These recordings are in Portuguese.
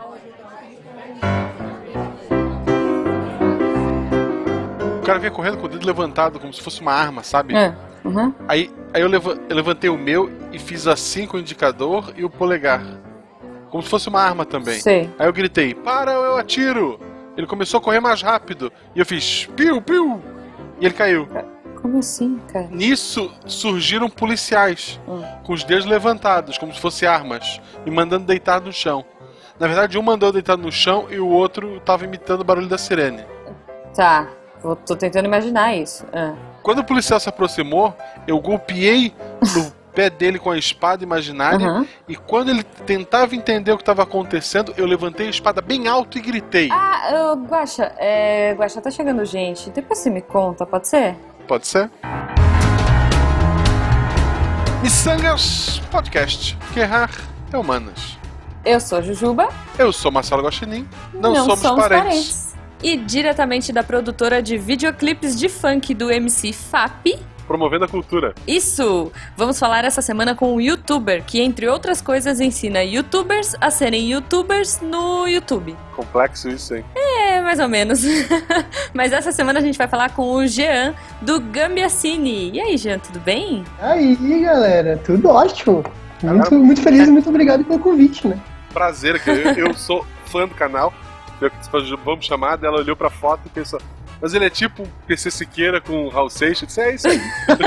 O cara vinha correndo com o dedo levantado, como se fosse uma arma, sabe? Uhum. Aí eu levantei o meu e fiz assim com o indicador e o polegar. Como se fosse uma arma também. Sei. Aí eu gritei, para ou eu atiro! Ele começou a correr mais rápido. E eu fiz, piu, piu! E ele caiu. Como assim, cara? Nisso surgiram policiais, com os dedos levantados, como se fossem armas, me mandando deitar no chão. Na verdade, um mandou deitar no chão e o outro tava imitando o barulho da sirene. Tá, tô tentando imaginar isso. Quando o policial se aproximou, eu golpeei no pé dele com a espada imaginária, e quando ele tentava entender o que estava acontecendo, eu levantei a espada bem alto e gritei. Guaxa, tá chegando gente. Depois você me conta, pode ser? Pode ser. Missangas Podcast, que errar é humanas. Eu sou a Jujuba. Eu sou Marcelo Guaxinim. Não somos parentes. E diretamente da produtora de videoclipes de funk do MC FAP. Promovendo a cultura. Isso! Vamos falar essa semana com um youtuber que, entre outras coisas, ensina youtubers a serem youtubers no YouTube. Complexo isso, hein? É, mais ou menos. Mas essa semana a gente vai falar com o Jean, do Gambiassini. E aí, Jean, tudo bem? Aí, galera, tudo ótimo. Muito feliz e muito obrigado pelo convite, né? Prazer, que eu sou fã do canal. Vamos chamar, ela olhou pra foto e pensou... Mas ele é tipo um PC Siqueira com o Raul Seixas. Eu disse, é isso aí.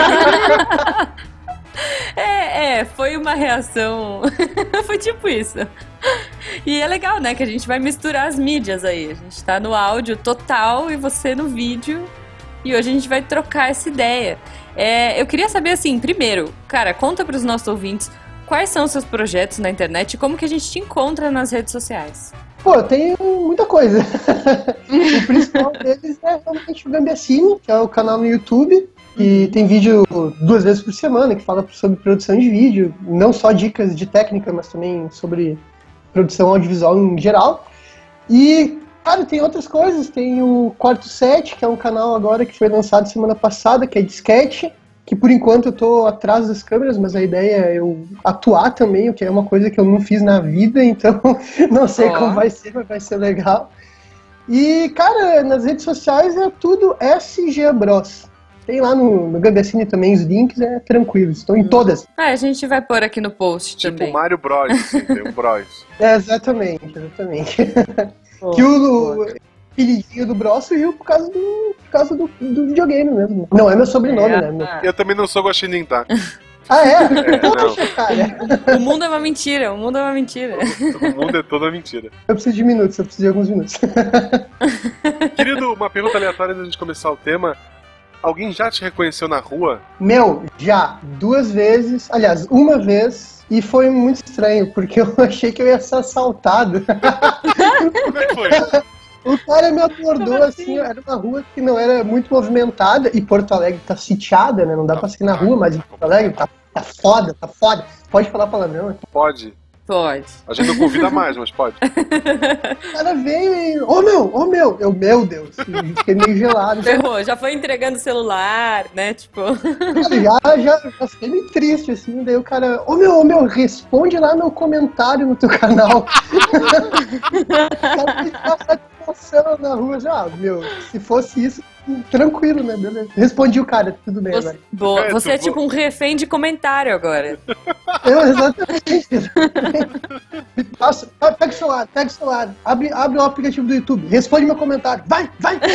Foi uma reação. Foi tipo isso. E é legal, né? Que a gente vai misturar as mídias aí. A gente tá no áudio total e você no vídeo. E hoje a gente vai trocar essa ideia. Eu queria saber assim, primeiro, cara, conta pros nossos ouvintes quais são os seus projetos na internet e como que a gente te encontra nas redes sociais. Pô, eu tenho muita coisa. O principal deles é realmente o Gambiassini, que é o canal no YouTube, e tem vídeo 2 vezes por semana, que fala sobre produção de vídeo, não só dicas de técnica, mas também sobre produção audiovisual em geral. E, cara, tem outras coisas, tem o Quarto Set, que é um canal agora que foi lançado semana passada, que é de sketch, que por enquanto eu tô atrás das câmeras, mas a ideia é eu atuar também, o que é uma coisa que eu não fiz na vida, então não sei como vai ser, mas vai ser legal. E, cara, nas redes sociais é tudo SG Bros. Tem lá no Gambiassini também os links, é tranquilo, estão em todas. A gente vai pôr aqui no post tipo também. Tipo Mario Bros, assim, tem um Bros. Exatamente. Que o apelidinho do Bros surgiu por causa do videogame mesmo. Não é meu sobrenome, né? Eu também não sou Guaxinim, tá? Ah, é? Poxa, cara. O mundo é uma mentira, O mundo é toda mentira. Eu preciso de alguns minutos. Querido, uma pergunta aleatória antes de começar o tema. Alguém já te reconheceu na rua? Meu, já. 2 vezes. Aliás, 1 vez. E foi muito estranho, porque eu achei que eu ia ser assaltado. Como é que foi? O cara me abordou assim, era uma rua que não era muito movimentada, e Porto Alegre tá sitiada, né? Não dá pra sair na rua, mas em Porto Alegre tá foda. Pode falar palavrão? Pode. Pode. A gente não convida mais, mas pode. O cara veio e... meu! Meu Deus! Fiquei meio gelado. Ferrou, já foi entregando o celular, né? Tipo... Já fiquei meio triste, assim. Daí o cara... meu, responde lá meu comentário no teu canal. O cara me dá satisfação na rua. Já, meu, se fosse isso, tranquilo, né? Beleza. Respondi o cara, tudo bem agora. Boa, você é tipo um refém de comentário agora. Exatamente. Nossa, pega o celular, abre o aplicativo do YouTube, responde meu comentário, vai!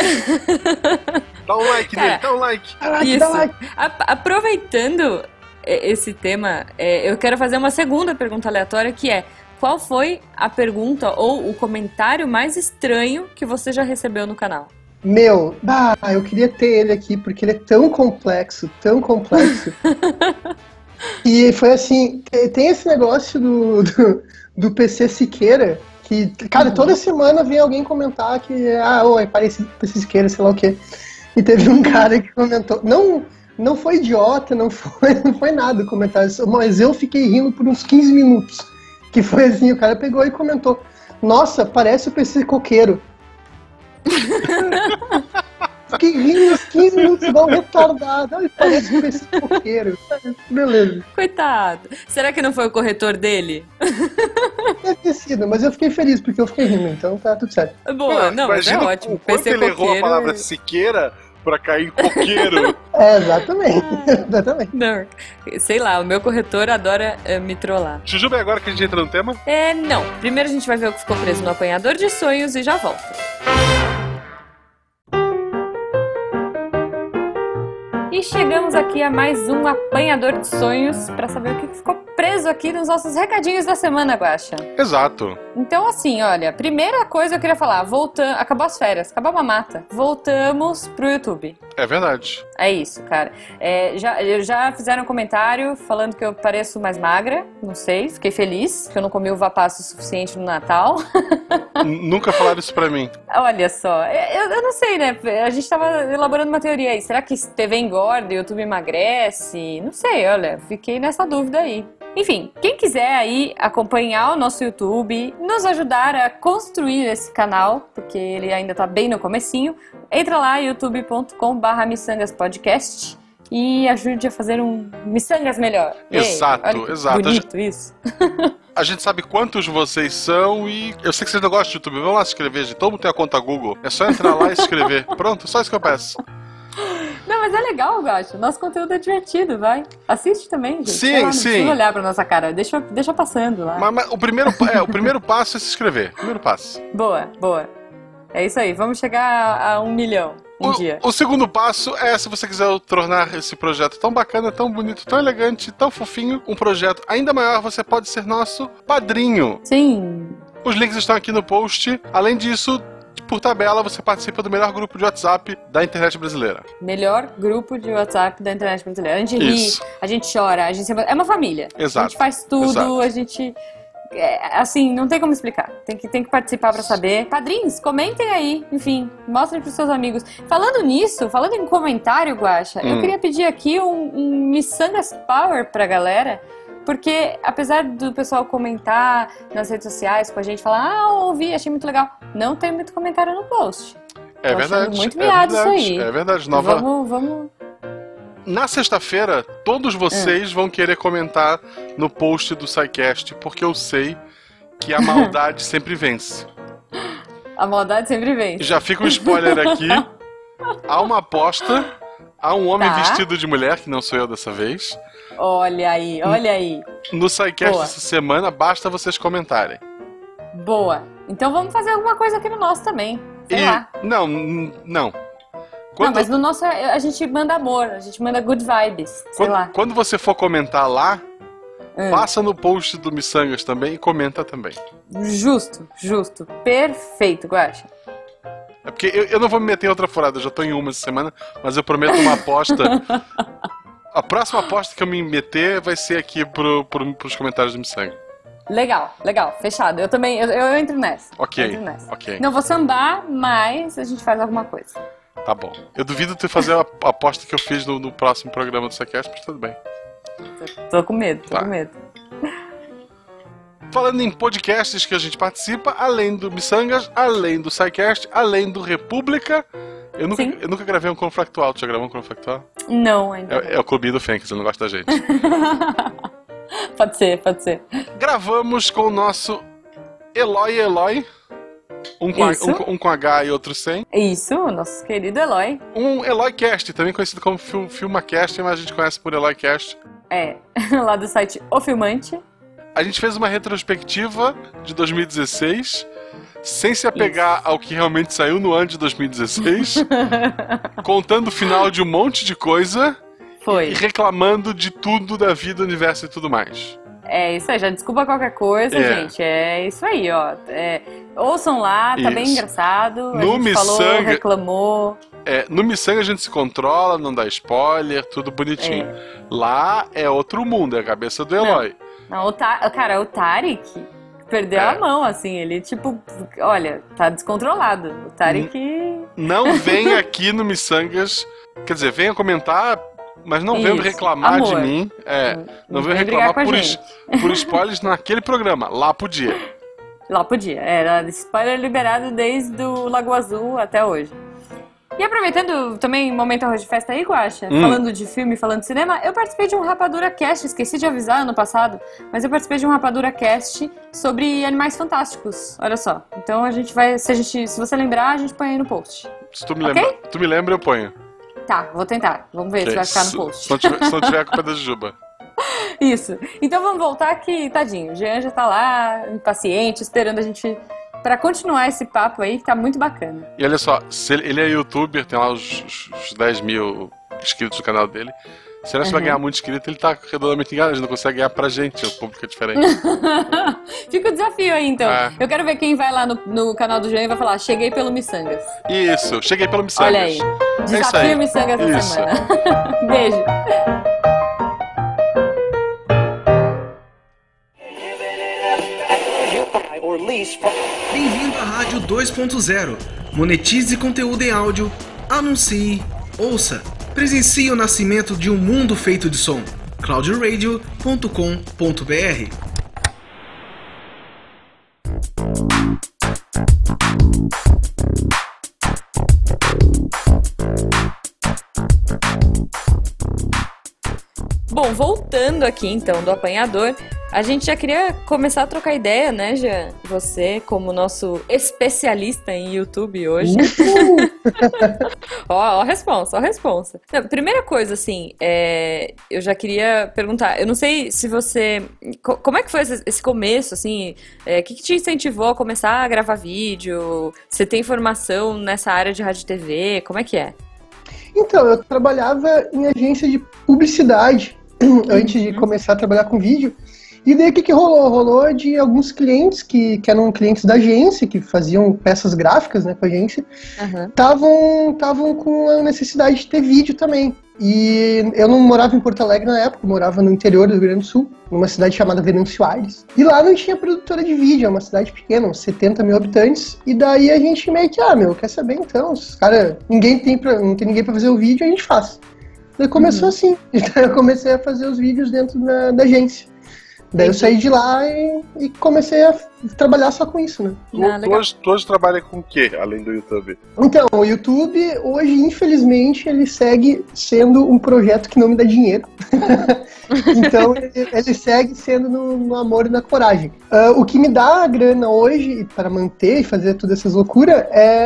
Dá um like nele, dá um like. Isso. Dá like. Aproveitando esse tema, eu quero fazer uma segunda pergunta aleatória, que é: qual foi a pergunta ou o comentário mais estranho que você já recebeu no canal? Meu, eu queria ter ele aqui, porque ele é tão complexo. E foi assim, tem esse negócio do PC Siqueira, que, cara, toda semana vem alguém comentar que, é parecido com o PC Siqueira, sei lá o quê. E teve um cara que comentou, não foi idiota, não foi nada o comentário, mas eu fiquei rindo por uns 15 minutos. Que foi assim, o cara pegou e comentou: nossa, parece o PC Coqueiro. fiquei rindo uns 15 minutos igual um retardado. Ele parece esse coqueiro. Beleza. Coitado. Será que não foi o corretor dele? Deve ter sido, mas eu fiquei feliz porque eu fiquei rindo, então tá tudo certo. Boa, não, mas é ótimo. O quanto ele errou a palavra Siqueira pra cair em coqueiro. Exatamente. Exatamente. Não, sei lá, o meu corretor adora me trollar. Jujuba, é agora que a gente entra no tema? Não. Primeiro a gente vai ver o que ficou preso no apanhador de sonhos e já volta. E chegamos aqui a mais um apanhador de sonhos pra saber o que ficou preso aqui nos nossos recadinhos da semana, Guaxa. Exato. Então, assim, olha, primeira coisa eu queria falar, acabou as férias, acabou a mamata, voltamos pro YouTube. É verdade. É isso, cara. Já fizeram um comentário falando que eu pareço mais magra, não sei, fiquei feliz, que eu não comi uva passa o suficiente no Natal. Nunca falaram isso pra mim. Olha só, eu não sei, né? A gente tava elaborando uma teoria aí. Será que TV engorda e o YouTube emagrece? Não sei, olha, fiquei nessa dúvida aí. Enfim, quem quiser aí acompanhar o nosso YouTube, nos ajudar a construir esse canal, porque ele ainda tá bem no comecinho, entra lá, youtube.com/missangaspodcast e ajude a fazer um Missangas melhor. Exato, olha que exato. Bonito isso. A gente sabe quantos vocês são e eu sei que vocês não gostam de YouTube. Vamos lá se inscrever, gente. Todo mundo tem a conta Google. É só entrar lá e se inscrever. Pronto, só isso que eu peço. Não, mas é legal, Gacho. Nosso conteúdo é divertido, vai. Assiste também, gente. Sim, não sim. precisa olhar pra nossa cara. Deixa passando lá. Mas o primeiro passo é se inscrever. Primeiro passo. Boa, boa. É isso aí. Vamos chegar a 1 milhão dia. O segundo passo é, se você quiser tornar esse projeto tão bacana, tão bonito, tão elegante, tão fofinho, um projeto ainda maior, você pode ser nosso padrinho. Sim. Os links estão aqui no post. Além disso, por tabela, você participa do melhor grupo de WhatsApp da internet brasileira. Melhor grupo de WhatsApp da internet brasileira. A gente ri, a gente chora, a gente é uma família. Exato. A gente faz tudo, Exato. a gente... assim, não tem como explicar. Tem que participar pra saber. Padrinhos, comentem aí. Enfim, mostrem pros seus amigos. Falando nisso, falando em comentário, Guaxa, eu queria pedir aqui um Missangas Power pra galera. Porque, apesar do pessoal comentar nas redes sociais com a gente, falar, ouvi, achei muito legal, não tem muito comentário no post. É Tô verdade. achando muito miado isso aí. É verdade. Vamos... Na sexta-feira, todos vocês vão querer comentar no post do SciCast, porque eu sei que a maldade sempre vence. A maldade sempre vence. Já fica um spoiler aqui. Há uma aposta, há um homem vestido de mulher, que não sou eu dessa vez. Olha aí, olha aí. No SciCast essa semana, basta vocês comentarem. Boa. Então vamos fazer alguma coisa aqui no nosso também. Sei lá. Não. Não, mas no nosso a gente manda amor, a gente manda good vibes, sei lá. Quando você for comentar lá, passa no post do Missangas também e comenta também. Justo. Perfeito, Guaxa. É porque eu não vou me meter em outra furada, eu já tô em uma essa semana, mas eu prometo uma aposta. A próxima aposta que eu me meter vai ser aqui pros comentários do Missanga. Legal, fechado. Eu também, eu entro nessa. Ok. Não vou sambar, mas a gente faz alguma coisa. Tá bom. Eu duvido tu fazer a aposta que eu fiz no próximo programa do SciCast, mas tudo bem. Tô com medo. Falando em podcasts que a gente participa, além do Missangas, além do SciCast, além do República, eu nunca gravei um Confractual. Tu já gravou um Confractual? Não, ainda É o clubinho do Fênix, ele não gosta da gente. Pode ser. Gravamos com o nosso Eloy. Um com H e outro sem. Isso, o nosso querido Eloy. Um Eloycast, também conhecido como FilmaCast, mas a gente conhece por Eloycast. Lá do site O Filmante. A gente fez uma retrospectiva de 2016, sem se apegar ao que realmente saiu no ano de 2016, contando o final de um monte de coisa. Foi. E reclamando de tudo da vida, universo e tudo mais. É isso aí, já desculpa qualquer coisa, gente. É isso aí, ó. Ouçam lá, tá bem engraçado. A gente falou, reclamou. No Missanga a gente se controla, não dá spoiler, tudo bonitinho. Lá é outro mundo, é a cabeça do Eloy. Não, o Tarek perdeu a mão, assim. Ele, tipo, olha, tá descontrolado. O Tarek... Não vem aqui no Missangas, quer dizer, venha comentar... Mas não venham reclamar de mim. Não venham reclamar por spoilers naquele programa. Lá podia. Era spoiler liberado desde o Lagoa Azul até hoje. E aproveitando também o momento arroz de festa aí, Guaxa, falando de filme, falando de cinema, eu participei de um Rapadura Cast, esqueci de avisar ano passado, mas eu participei de um Rapadura Cast sobre Animais Fantásticos, olha só. Então a gente vai, se você lembrar, a gente põe aí no post. Se tu me lembra, eu ponho. Tá, vou tentar, vamos ver se vai ficar no post. Se não tiver a culpa da Jujuba. Isso, então vamos voltar que, tadinho, o Jean já tá lá, impaciente, esperando a gente... Pra continuar esse papo aí, que tá muito bacana. E olha só, se ele é youtuber, tem lá os 10 mil inscritos no canal dele. Se ele vai ganhar muito inscrito, ele tá redondamente enganado, ele não consegue ganhar pra gente, o público é diferente. Fica o desafio aí, então. Eu quero ver quem vai lá no canal do Jean e vai falar, cheguei pelo Missangas. Isso, cheguei pelo Missangas. Olha aí, desafio Missangas essa semana. Beijo. Bem-vindo à Rádio 2.0. Monetize conteúdo em áudio, anuncie, ouça, presencie o nascimento de um mundo feito de som. cloudradio.com.br. Bom, voltando aqui então do apanhador, a gente já queria começar a trocar ideia, né, Jean? Você, como nosso especialista em YouTube hoje. Ó a responsa. Não, primeira coisa, assim, eu já queria perguntar, eu não sei se você... Como é que foi esse começo, assim? O que te incentivou a começar a gravar vídeo? Você tem formação nessa área de rádio e TV? Como é que é? Então, eu trabalhava em agência de publicidade antes de começar a trabalhar com vídeo. E daí o que rolou? Rolou de alguns clientes que eram clientes da agência, que faziam peças gráficas, né, com a agência, estavam com a necessidade de ter vídeo também. E eu não morava em Porto Alegre na época, eu morava no interior do Rio Grande do Sul, numa cidade chamada Venâncio Aires. E lá não tinha produtora de vídeo, é uma cidade pequena, uns 70 mil habitantes. E daí a gente meio que, quer saber então, os caras, não tem ninguém pra fazer o vídeo, a gente faz. Daí começou assim, então eu comecei a fazer os vídeos dentro da agência. Daí eu saí de lá e comecei a trabalhar só com isso, né? Tu hoje trabalha com o quê, além do YouTube? Então, o YouTube, hoje, infelizmente, ele segue sendo um projeto que não me dá dinheiro. Então, ele segue sendo no amor e na coragem. O que me dá a grana hoje, para manter e fazer todas essas loucuras,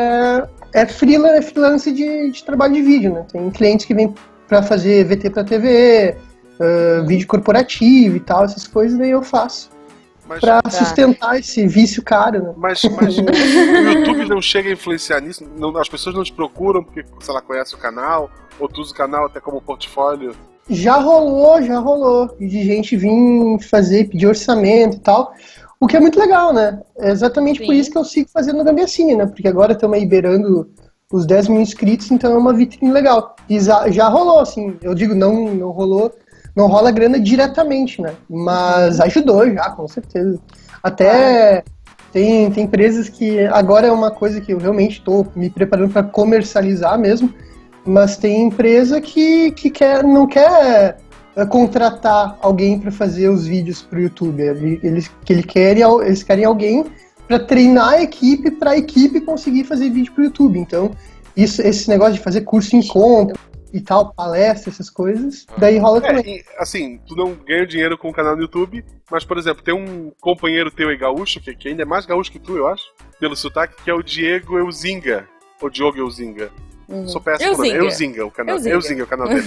é freelance de trabalho de vídeo, né? Tem clientes que vêm para fazer VT para TV... vídeo corporativo e tal, essas coisas, daí eu faço. Pra sustentar esse vício caro, né? Mas o YouTube não chega a influenciar nisso? As pessoas não te procuram porque, sei lá, conhece o canal, ou tu usa o canal até como portfólio? Já rolou. De gente vir pedir orçamento e tal. O que é muito legal, né? É exatamente por isso que eu sigo fazendo no Gambiassini, né? Porque agora estamos aí beirando os 10 mil inscritos, então é uma vitrine legal. E já rolou, assim, eu digo, não rolou. Não rola grana diretamente, né? Mas ajudou já, com certeza. Até tem empresas que... Agora é uma coisa que eu realmente estou me preparando para comercializar mesmo. Mas tem empresa que não quer contratar alguém para fazer os vídeos para o YouTube. Eles querem alguém para treinar a equipe, para a equipe conseguir fazer vídeo para o YouTube. Então, esse negócio de fazer curso em conta... e tal, palestra, essas coisas, daí rola também. E, assim, tu não ganha dinheiro com o canal no YouTube, mas, por exemplo, tem um companheiro teu aí gaúcho, que ainda é mais gaúcho que tu, eu acho, pelo sotaque, que é o Diego Euzinga, ou Diogo Euzinga. Sou péssimo por Euzinga, o canal Euzinga, o canal dele.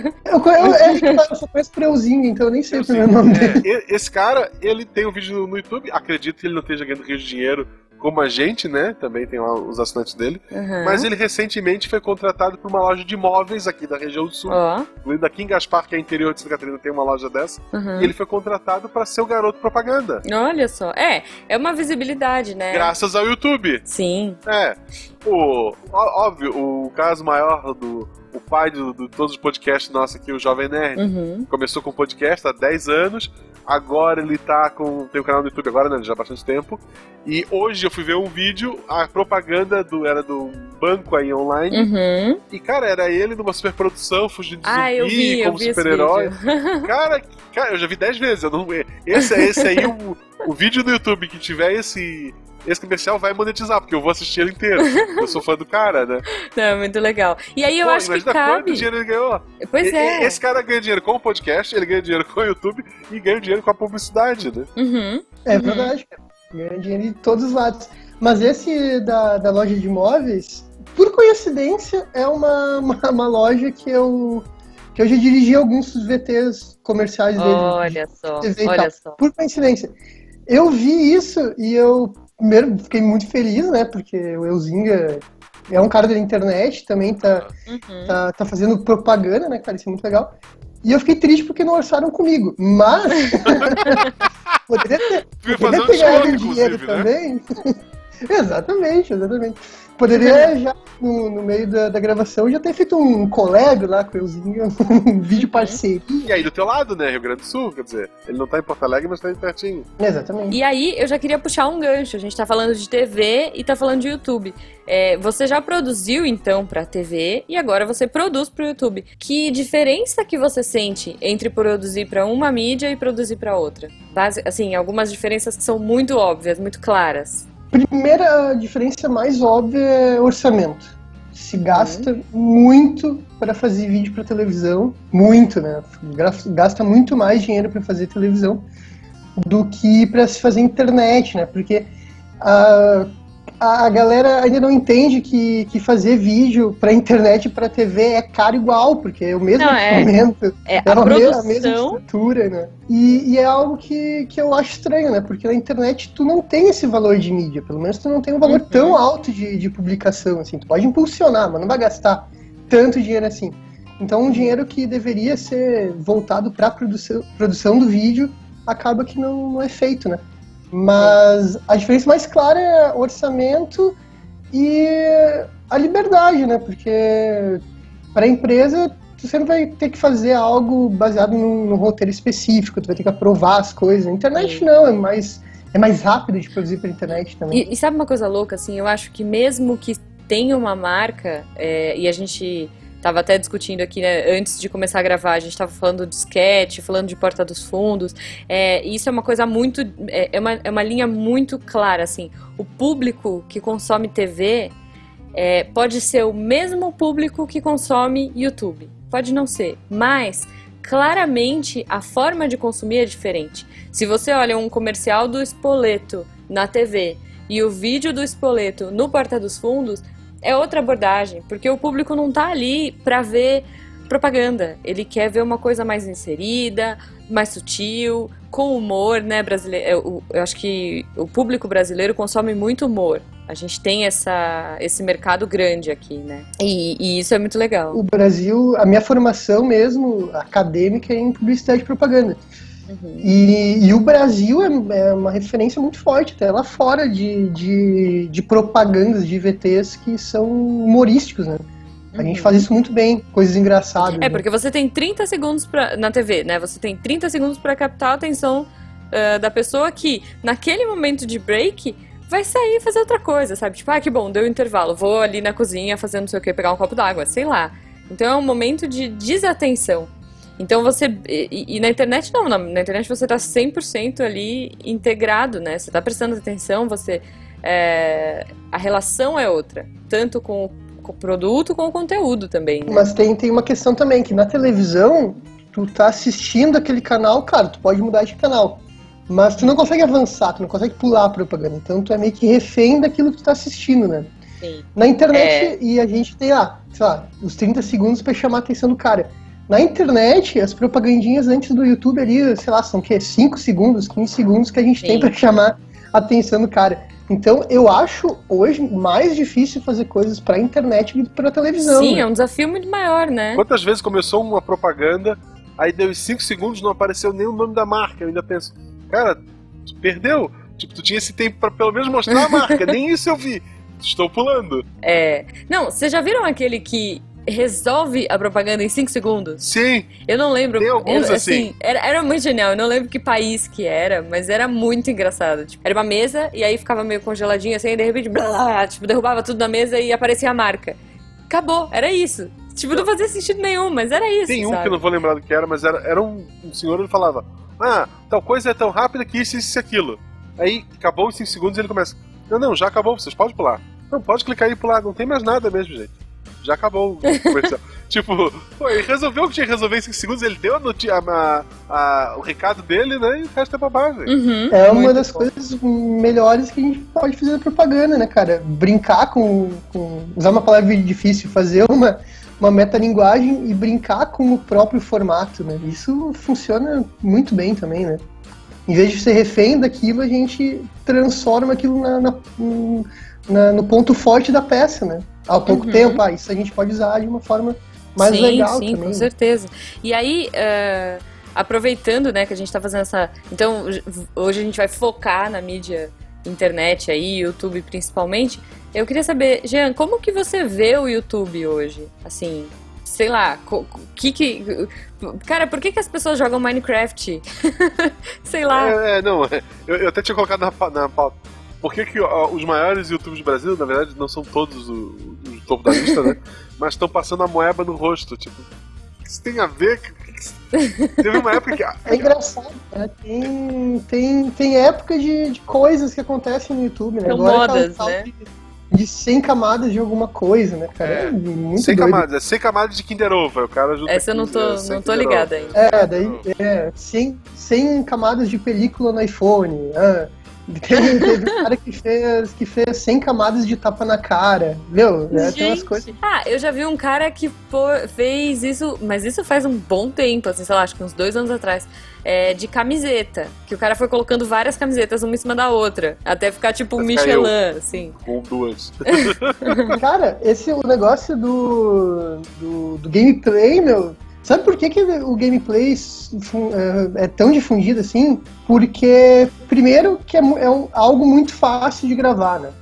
Eu só conheço por Euzinga, então eu nem sei o primeiro nome dele. Esse cara, ele tem um vídeo no YouTube, acredito que ele não esteja ganhando rio de dinheiro como a gente, né? Também tem lá os assinantes dele. Mas ele recentemente foi contratado por uma loja de imóveis aqui da região do sul. Incluindo aqui em Gaspar, que é interior de Santa Catarina, tem uma loja dessa. E ele foi contratado para ser o garoto propaganda. Olha só. É uma visibilidade, né? Graças ao YouTube. Sim. Óbvio, o caso maior o pai de todos os podcasts nossos aqui, o Jovem Nerd, começou com podcast há 10 anos, agora ele tem um canal no YouTube agora, né, já há bastante tempo, e hoje eu fui ver um vídeo, a propaganda era do banco aí online, e cara, era ele numa superprodução, fugindo de zumbi, como super-herói. Cara, eu já vi 10 vezes, esse aí, o vídeo do YouTube que tiver esse comercial vai monetizar, porque eu vou assistir ele inteiro. Eu sou fã do cara, né? Não, muito legal. E aí eu acho que cabe... quanto dinheiro ele ganhou. Pois é. Esse cara ganha dinheiro com o podcast, ele ganha dinheiro com o YouTube e ganha dinheiro com a publicidade, né? É verdade, cara. Ganha dinheiro de todos os lados. Mas esse da loja de imóveis, por coincidência, é uma loja que eu já dirigi alguns VTs comerciais dele. Olha só. Por coincidência. Eu vi isso e eu primeiro fiquei muito feliz, né? Porque o Elzinga é um cara da internet, também tá fazendo propaganda, né? Que parece muito legal. E eu fiquei triste porque não orçaram comigo. Mas poderia ter ganhado dinheiro também. Exatamente. Poderia já, no meio da gravação, já ter feito um collab lá com o Euzinho, um vídeo parceria. E aí do teu lado, né, Rio Grande do Sul, quer dizer, ele não tá em Porto Alegre, mas tá aí pertinho. Exatamente. E aí, eu já queria puxar um gancho, a gente tá falando de TV e tá falando de YouTube. Você já produziu, então, pra TV e agora você produz pro YouTube. Que diferença que você sente entre produzir pra uma mídia e produzir pra outra? Assim, algumas diferenças que são muito óbvias, muito claras. Primeira diferença mais óbvia é orçamento. Se gasta muito para fazer vídeo para televisão, muito, né? Gasta muito mais dinheiro para fazer televisão do que para se fazer internet, né? Porque a galera ainda não entende que fazer vídeo para internet e para TV é caro igual, porque é o mesmo equipamento, é a mesma estrutura, né? E é algo que eu acho estranho, né? Porque na internet tu não tem esse valor de mídia, pelo menos tu não tem um valor tão alto de publicação, assim. Tu pode impulsionar, mas não vai gastar tanto dinheiro assim. Então um dinheiro que deveria ser voltado para produção do vídeo acaba que não é feito, né? Mas a diferença mais clara é orçamento e a liberdade, né? Porque para a empresa, você não vai ter que fazer algo baseado num roteiro específico, tu vai ter que aprovar as coisas. Na internet não, é mais rápido de produzir para internet também. E sabe uma coisa louca, assim? Eu acho que mesmo que tenha uma marca, e a gente tava até discutindo aqui, né, antes de começar a gravar, a gente tava falando de sketch, falando de Porta dos Fundos, isso é uma coisa muito, é uma linha muito clara, assim, o público que consome TV pode ser o mesmo público que consome YouTube, pode não ser, mas claramente a forma de consumir é diferente. Se você olha um comercial do Spoleto na TV e o vídeo do Spoleto no Porta dos Fundos, é outra abordagem, porque o público não tá ali pra ver propaganda. Ele quer ver uma coisa mais inserida, mais sutil, com humor, né, brasileiro. Eu acho que o público brasileiro consome muito humor. A gente tem esse mercado grande aqui, né? E isso é muito legal. O Brasil, a minha formação mesmo, acadêmica, é em publicidade e propaganda. E o Brasil é uma referência muito forte até lá fora de propagandas, de VTs que são humorísticos, né? A gente faz isso muito bem, coisas engraçadas. Né? Porque você tem 30 segundos na TV, né? Você tem 30 segundos para captar a atenção da pessoa que, naquele momento de break, vai sair e fazer outra coisa, sabe? Tipo, que bom, deu intervalo, vou ali na cozinha fazer não sei o que, pegar um copo d'água, sei lá. Então é um momento de desatenção. Então você... E na internet não, na internet você tá 100% ali integrado, né? Você tá prestando atenção, a relação é outra. Tanto com o produto, com o conteúdo também. Né? Mas tem uma questão também, que na televisão, tu tá assistindo aquele canal, cara, tu pode mudar de canal. Mas tu não consegue avançar, tu não consegue pular a propaganda. Então tu é meio que refém daquilo que tu tá assistindo, né? Sim. Na internet, e a gente tem, sei lá, os 30 segundos pra chamar a atenção do cara. Na internet, as propagandinhas antes do YouTube ali, sei lá, são o quê? 5 segundos, 15 segundos que a gente tem pra chamar a atenção do cara. Então, eu acho hoje mais difícil fazer coisas pra internet do que pra televisão. Sim, né? É um desafio muito maior, né? Quantas vezes começou uma propaganda, aí deu os 5 segundos, não apareceu nem o nome da marca. Eu ainda penso, cara, tu perdeu. Tipo, tu tinha esse tempo pra pelo menos mostrar a marca. Nem isso eu vi. Estou pulando. Não, vocês já viram aquele que resolve a propaganda em 5 segundos? Sim. Eu não lembro. Tem alguns assim. Era muito genial. Eu não lembro que país que era, mas era muito engraçado. Tipo, era uma mesa e aí ficava meio congeladinho assim, e de repente, tipo, derrubava tudo na mesa e aparecia a marca. Acabou, era isso. Tipo, não fazia sentido nenhum, mas era isso. Tem um sabe? que eu não vou lembrar do que era, mas era um senhor, ele falava: tal coisa é tão rápida que isso e aquilo. Aí acabou os 5 segundos e ele começa: Não, já acabou, vocês podem pular. Não, pode clicar e pular, não tem mais nada mesmo, gente. Já acabou o comercial. Tipo, pô, ele resolveu o que tinha que resolver em 5 segundos, ele deu o recado dele, né? E o resto é bobagem. É uma das coisas melhores que a gente pode fazer na propaganda, né, cara? Brincar com usar uma palavra difícil, fazer uma metalinguagem e brincar com o próprio formato, né? Isso funciona muito bem também, né? Em vez de ser refém daquilo, a gente transforma aquilo no ponto forte da peça, né? Há pouco tempo, isso a gente pode usar de uma forma mais legal também. Sim, com certeza. E aí, aproveitando, né, que a gente tá fazendo essa... Então, hoje a gente vai focar na mídia internet aí, YouTube principalmente. Eu queria saber, Jean, como que você vê o YouTube hoje? Assim, sei lá, cara, por que as pessoas jogam Minecraft? Sei lá. Eu até tinha colocado na pauta. Por que os maiores YouTubers do Brasil, na verdade, não são todos o topo da lista, né? Mas estão passando a moeba no rosto, tipo... O que isso tem a ver? Teve uma época que... É engraçado, né? Tem época de coisas que acontecem no YouTube, né? São modas, né? De 100 camadas de alguma coisa, né, cara? É muito 100 doido. camadas, 100 camadas de Kinder Ovo, o cara junta. Essa eu não tô ligada ainda. 100 camadas de película no iPhone. Teve um cara que fez 100 camadas de tapa na cara. Meu, né? Tem umas coisas. Eu já vi um cara que fez isso, mas isso faz um bom tempo, assim, sei lá, acho que uns 2 anos atrás. De camiseta. Que o cara foi colocando várias camisetas uma em cima da outra. Até ficar tipo um Michelin, assim. Com 2. Cara, o negócio do gameplay, meu. Sabe por que o gameplay é tão difundido assim? Porque, primeiro, que é algo muito fácil de gravar, né?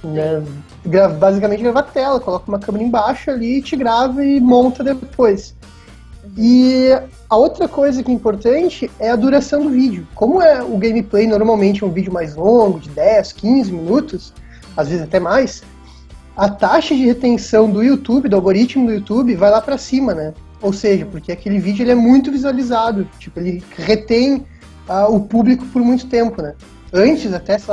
Basicamente grava a tela, coloca uma câmera embaixo ali, te grava e monta depois. E a outra coisa que é importante é a duração do vídeo. Como o gameplay normalmente é um vídeo mais longo, de 10, 15 minutos, às vezes até mais, a taxa de retenção do YouTube, do algoritmo do YouTube, vai lá pra cima, né? Ou seja, porque aquele vídeo ele é muito visualizado, tipo, ele retém o público por muito tempo, né? Antes, até, sei lá,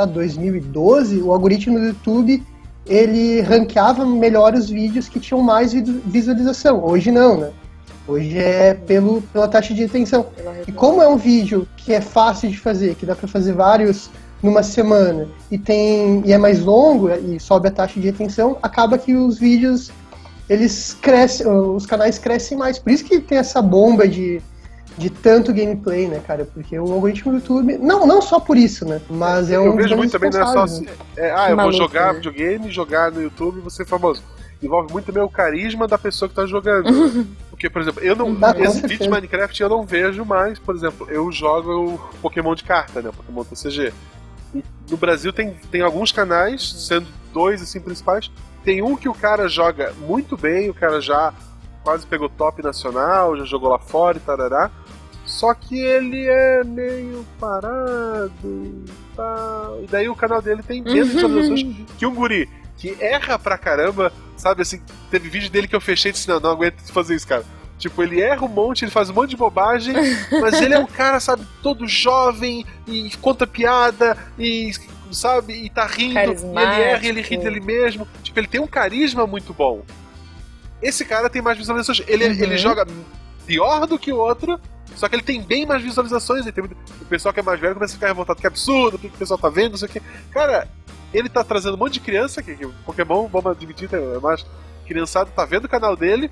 2012, o algoritmo do YouTube, ele ranqueava melhor os vídeos que tinham mais visualização. Hoje não, né? Hoje é pela taxa de retenção. E como é um vídeo que é fácil de fazer, que dá pra fazer vários numa semana, e é mais longo e sobe a taxa de retenção, acaba que os vídeos... eles crescem, os canais crescem mais. Por isso que tem essa bomba de tanto gameplay, né, cara? Porque o algoritmo do YouTube... Não só por isso, né? Mas eu vejo muito também, não é só assim... eu vou jogar videogame, jogar no YouTube e vou ser famoso. Envolve muito também o carisma da pessoa que tá jogando. Porque, por exemplo, esse vídeo de Minecraft eu não vejo mais. Por exemplo, eu jogo o Pokémon de carta, né? Pokémon TCG. E no Brasil tem alguns canais, sendo 2 assim principais. Tem um que o cara joga muito bem, o cara já quase pegou top nacional, já jogou lá fora e tarará. Só que ele é meio parado e tal. E daí o canal dele tem menos visualizações que um guri que erra pra caramba, sabe? Assim, teve vídeo dele que eu fechei e disse, não aguento fazer isso, cara. Tipo, ele erra um monte, ele faz um monte de bobagem, mas ele é um cara, sabe, todo jovem e conta piada e... sabe, e tá rindo, e ele erra, ele ri dele mesmo. Tipo, ele tem um carisma muito bom. Esse cara tem mais visualizações. Ele joga pior do que o outro, só que ele tem bem mais visualizações. O pessoal que é mais velho começa a ficar revoltado, que absurdo, o que o pessoal tá vendo, não sei o que. Cara, ele tá trazendo um monte de criança, que Pokémon, vamos admitir, é mais criançado, tá vendo o canal dele.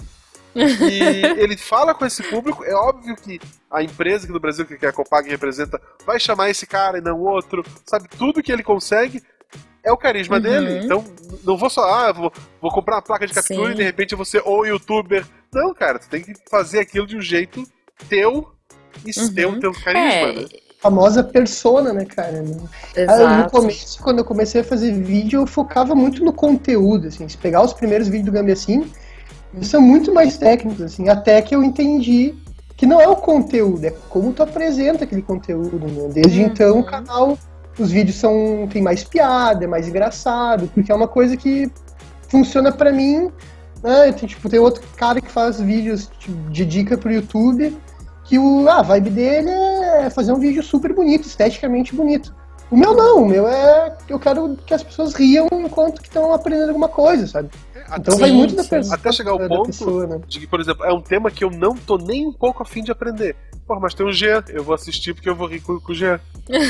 E ele fala com esse público. É óbvio que a empresa aqui no Brasil, que a Copag representa, vai chamar esse cara e não outro. Sabe, tudo que ele consegue é o carisma dele. Então, não vou só, vou comprar uma placa de captura e de repente eu vou ser o youtuber. Não, cara, tu tem que fazer aquilo de um jeito teu e ter o teu carisma, né? Famosa persona, né, cara? Exato. No começo, quando eu comecei a fazer vídeo, eu focava muito no conteúdo, assim. Se pegar os primeiros vídeos do Gambiassini, eles são muito mais técnicos, assim, até que eu entendi que não é o conteúdo, é como tu apresenta aquele conteúdo, né? Desde então, o canal, os vídeos tem mais piada, é mais engraçado, porque é uma coisa que funciona pra mim, né? Tem outro cara que faz vídeos de dica pro YouTube, que a vibe dele é fazer um vídeo super bonito, esteticamente bonito. O meu não, o meu é... Eu quero que as pessoas riam enquanto que estão aprendendo alguma coisa, sabe? Então vai muito da pessoa. Até chegar ao ponto pessoa, né? de que, por exemplo, é um tema que eu não tô nem um pouco afim de aprender. Pô, mas tem um Jean, eu vou assistir porque eu vou rir com o Jean.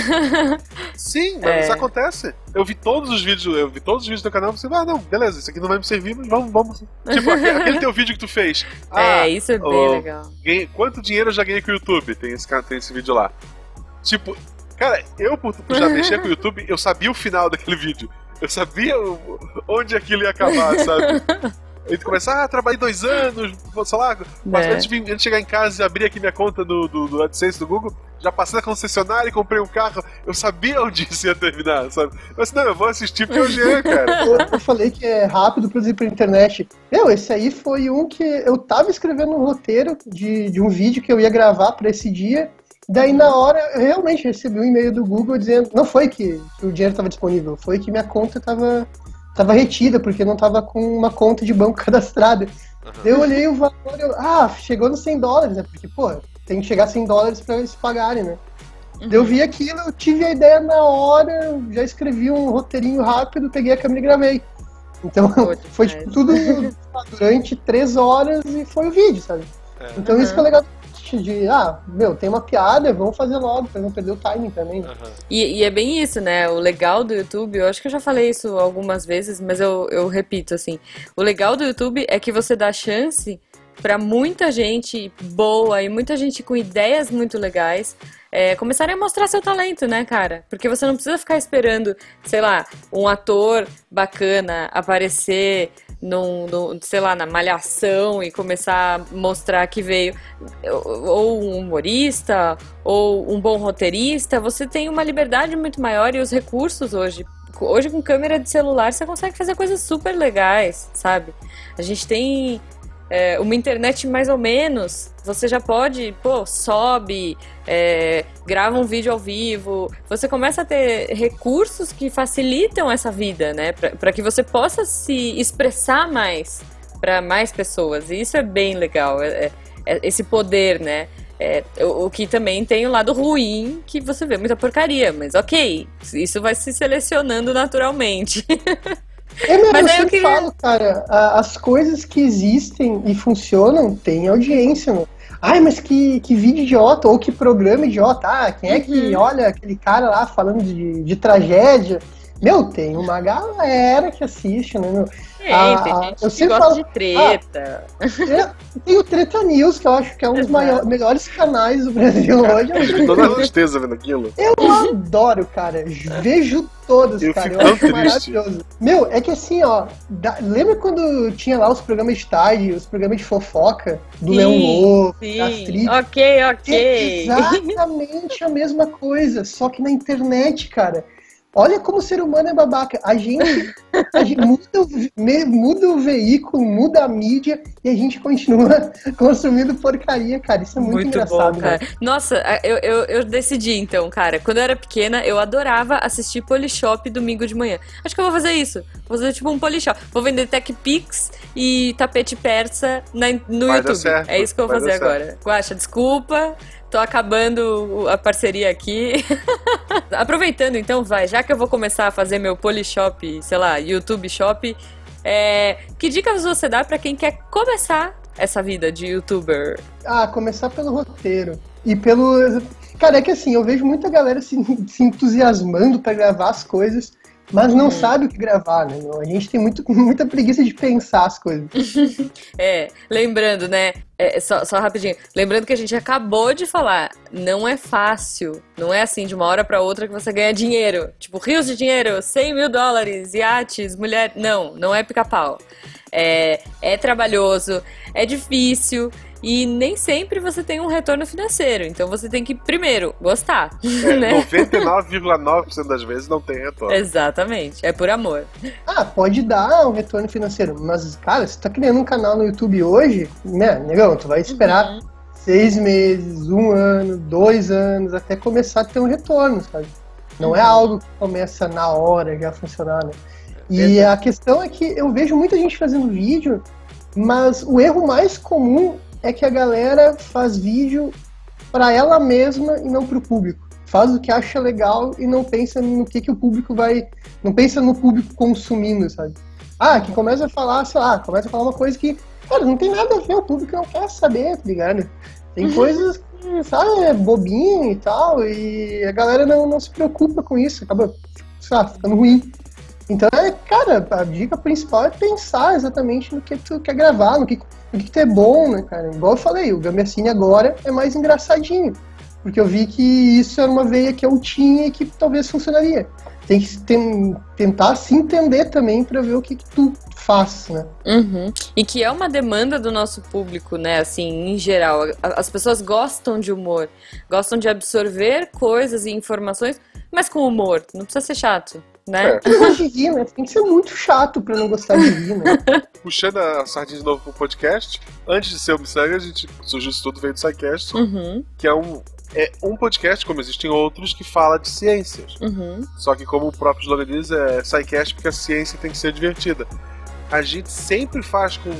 Sim, mas isso acontece. Eu vi todos os vídeos do canal e pensei, não, beleza, isso aqui não vai me servir, mas vamos. Tipo, aquele teu vídeo que tu fez. Isso é bem legal. Quanto dinheiro eu já ganhei com o YouTube? Tem esse vídeo lá. Tipo, cara, eu por já mexer com o YouTube, eu sabia o final daquele vídeo. Eu sabia onde aquilo ia acabar, sabe? Aí tu começa, trabalhei 2 anos, sei lá, mas antes de chegar em casa e abrir aqui minha conta do AdSense do Google, já passei na concessionária e comprei um carro, eu sabia onde isso ia terminar, sabe? Mas não, eu vou assistir porque é o Jean, cara. Eu falei que é rápido pra ir pra internet. Esse aí foi um que eu tava escrevendo um roteiro de um vídeo que eu ia gravar pra esse dia. Daí na hora eu realmente recebi um e-mail do Google dizendo, não foi que o dinheiro estava disponível, foi que minha conta estava retida, porque não estava com uma conta de banco cadastrada. Daí eu olhei o valor, chegou nos $100, né? Porque, tem que chegar a $100 para eles pagarem, né? Daí eu vi aquilo, eu tive a ideia na hora, já escrevi um roteirinho rápido, peguei a câmera e gravei. Então foi tipo, tudo durante 3 horas e foi o vídeo, sabe? Então isso que é legal de, tem uma piada, vamos fazer logo, pra não perder o timing também. Né? E é bem isso, né? O legal do YouTube, eu acho que eu já falei isso algumas vezes, mas eu repito, assim, o legal do YouTube é que você dá chance pra muita gente boa e muita gente com ideias muito legais começarem a mostrar seu talento, né, cara? Porque você não precisa ficar esperando, sei lá, um ator bacana aparecer sei lá, na Malhação e começar a mostrar que veio, ou um humorista, ou um bom roteirista. Você tem uma liberdade muito maior e os recursos hoje com câmera de celular você consegue fazer coisas super legais, sabe? A gente tem uma internet mais ou menos, você já pode, sobe, grava um vídeo ao vivo, você começa a ter recursos que facilitam essa vida, né, para que você possa se expressar mais para mais pessoas, e isso é bem legal, esse poder, né, o que também tem o lado ruim, que você vê muita porcaria, mas ok, isso vai se selecionando naturalmente. Mas eu sempre falo, cara, as coisas que existem e funcionam têm audiência, mano. Mas que vídeo idiota, ou que programa idiota. Quem é que olha aquele cara lá falando de tragédia? Tem uma galera que assiste, né, meu? Tem gente que gosta de treta. Tem o Treta News, que eu acho que é um dos melhores canais do Brasil hoje. Eu tô na tristeza vendo aquilo. Eu adoro, cara. Vejo todos, cara. Eu acho maravilhoso. É que assim, lembra quando tinha lá os programas de tarde, os programas de fofoca do Leão Lobo, da Astrid? Ok. É exatamente a mesma coisa, só que na internet, cara. Olha como o ser humano é babaca. A gente muda o veículo, muda a mídia e a gente continua consumindo porcaria, cara. Isso é muito engraçado, bom, cara. Né? Nossa, eu decidi então, cara. Quando eu era pequena, eu adorava assistir Polishop domingo de manhã. Acho que eu vou fazer isso. Vou fazer tipo um Polishop. Vou vender Tech Pix e tapete persa no YouTube. Certo. É isso que eu vou fazer agora. Guaxa, desculpa. Tô acabando a parceria aqui. Aproveitando então, já que eu vou começar a fazer meu Polishop, sei lá, YouTube Shop, que dicas você dá pra quem quer começar essa vida de YouTuber? Começar pelo roteiro. E pelo... Cara, é que assim, eu vejo muita galera se entusiasmando pra gravar as coisas, mas não sabe o que gravar, né? A gente tem muita preguiça de pensar as coisas. Lembrando, né? Só rapidinho. Lembrando que a gente acabou de falar, não é fácil. Não é assim, de uma hora pra outra que você ganha dinheiro. Tipo, rios de dinheiro, $100 mil, iates, mulher... Não é pica-pau. É trabalhoso, é difícil... E nem sempre você tem um retorno financeiro. Então você tem que, primeiro, gostar. Né? 99,9% das vezes não tem retorno. Exatamente. É por amor. Pode dar um retorno financeiro. Mas, cara, se tu tá criando um canal no YouTube hoje, né, negão, tu vai esperar 6 meses, 1 ano, 2 anos, até começar a ter um retorno, sabe? Não é algo que começa na hora já funcionar, né? E a questão é que eu vejo muita gente fazendo vídeo, mas o erro mais comum é que a galera faz vídeo pra ela mesma e não pro público. faz o que acha legal e não pensa no que o público vai... Não pensa no público consumindo, sabe? Que começa a falar, sei lá, começa a falar uma coisa que, cara, não tem nada a ver, o público não quer saber, tá ligado? Tem coisas que, sabe, é bobinho e tal, e a galera não se preocupa com isso, acaba, sei lá, ficando ruim. Então, cara, a dica principal é pensar exatamente no que tu quer gravar, no que tu é bom, né, cara? Igual eu falei, o Gambiarcine agora é mais engraçadinho, porque eu vi que isso era uma veia que eu tinha e que talvez funcionaria. Tem que tentar se entender também pra ver o que tu faz, né? Uhum. E que é uma demanda do nosso público, né? Assim, em geral. As pessoas gostam de humor, gostam de absorver coisas e informações, mas com humor. Não precisa ser chato, né? Eu gosto de rir, né? Tem que ser muito chato pra não gostar de rir, né? Puxando a sardinha de novo pro podcast, antes de ser o Missangas, a gente surgiu isso tudo, veio do SciCast, que é um podcast, como existem outros, que fala de ciências. Só que, como o próprio slogan diz, é SciCast porque a ciência tem que ser divertida. A gente sempre faz com...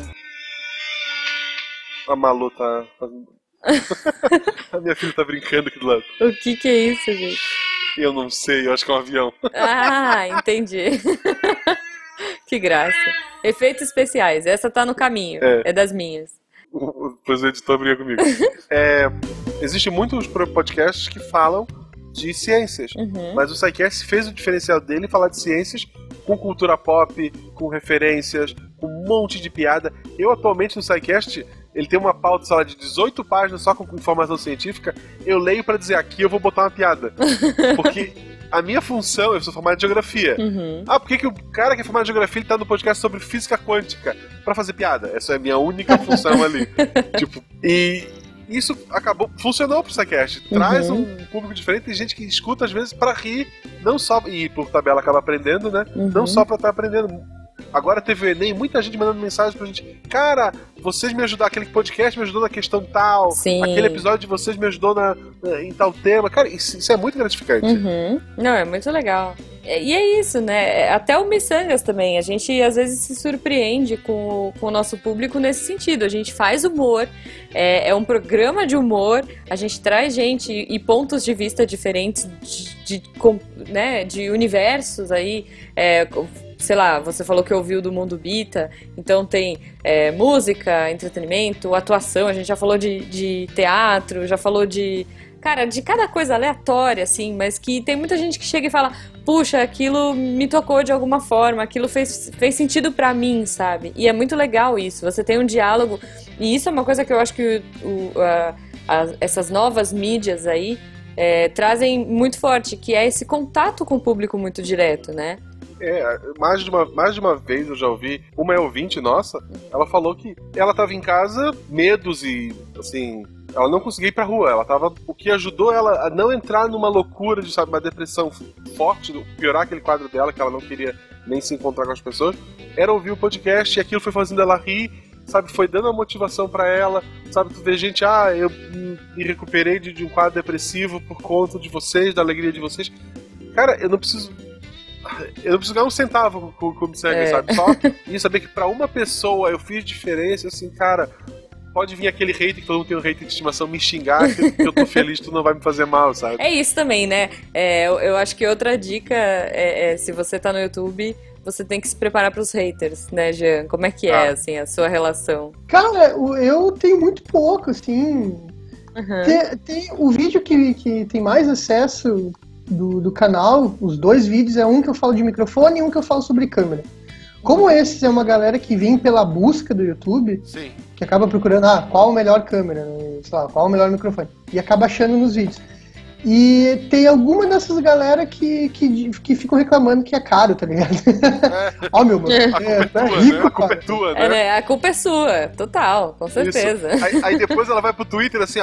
A Malu tá fazendo... A minha filha tá brincando aqui do lado. O que é isso, gente? Eu não sei, eu acho que é um avião. Entendi. Que graça. Efeitos especiais, essa tá no caminho, é das minhas. Depois o editor briga comigo. Existem muitos podcasts que falam de ciências, mas o SciCast fez o diferencial dele falar de ciências com cultura pop, com referências, com um monte de piada. Eu atualmente no SciCast, ele tem uma pauta, sei lá, de 18 páginas só com informação científica. Eu leio pra dizer, aqui eu vou botar uma piada. Porque a minha função, eu sou formado em geografia. Por que o cara que é formado em geografia ele tá no podcast sobre física quântica? Pra fazer piada. Essa é a minha única função ali. E isso funcionou pro SciCast. Traz um público diferente, tem gente que escuta às vezes pra rir, não só, e por tabela acaba aprendendo, né? Não só pra estar aprendendo. Agora teve o Enem, muita gente mandando mensagem pra gente. Cara, vocês me ajudaram, aquele podcast me ajudou na questão tal. Sim. Aquele episódio de vocês me ajudou em tal tema. Cara, isso é muito gratificante. Não, é muito legal. E é isso, né? Até o Missangas também. A gente às vezes se surpreende com o nosso público nesse sentido. A gente faz humor, é um programa de humor, a gente traz gente e pontos de vista diferentes de universos aí. Sei lá, você falou que ouviu do Mundo Bita, então tem música, entretenimento, atuação, a gente já falou de teatro, já falou de cada coisa aleatória, assim, mas que tem muita gente que chega e fala, puxa, aquilo me tocou de alguma forma, aquilo fez sentido pra mim, sabe? E é muito legal isso, você tem um diálogo, e isso é uma coisa que eu acho que essas novas mídias aí trazem muito forte, que é esse contato com o público muito direto, né? Mais de uma vez eu já ouvi uma ouvinte nossa, ela falou que ela tava em casa, medos e, assim, ela não conseguia ir pra rua, o que ajudou ela a não entrar numa loucura de, sabe, uma depressão forte, piorar aquele quadro dela, que ela não queria nem se encontrar com as pessoas, era ouvir o podcast e aquilo foi fazendo ela rir, sabe, foi dando uma motivação pra ela, sabe, tu vê gente, eu me recuperei de um quadro depressivo por conta de vocês, da alegria de vocês. Cara, eu não preciso ganhar um centavo com o Missangas, sabe? Só e saber que pra uma pessoa eu fiz diferença, assim, cara, pode vir aquele hater, que todo mundo tem um hater de estimação, me xingar, que eu tô feliz, tu não vai me fazer mal, sabe? É isso também, né? Eu acho que outra dica se você tá no YouTube, você tem que se preparar pros haters, né, Jean? Como é que é, assim, a sua relação? Cara, eu tenho muito pouco, assim. Tem o vídeo que tem mais acesso do canal, os dois vídeos, é um que eu falo de microfone e um que eu falo sobre câmera. Como esses é uma galera que vem pela busca do YouTube, sim, que acaba procurando, qual a melhor câmera, sei lá, qual o melhor microfone, e acaba achando nos vídeos. E tem alguma dessas galera que ficam reclamando que é caro, tá ligado? Meu mano, a culpa é tua, né? A culpa é sua, total, com certeza. Aí depois ela vai pro Twitter assim,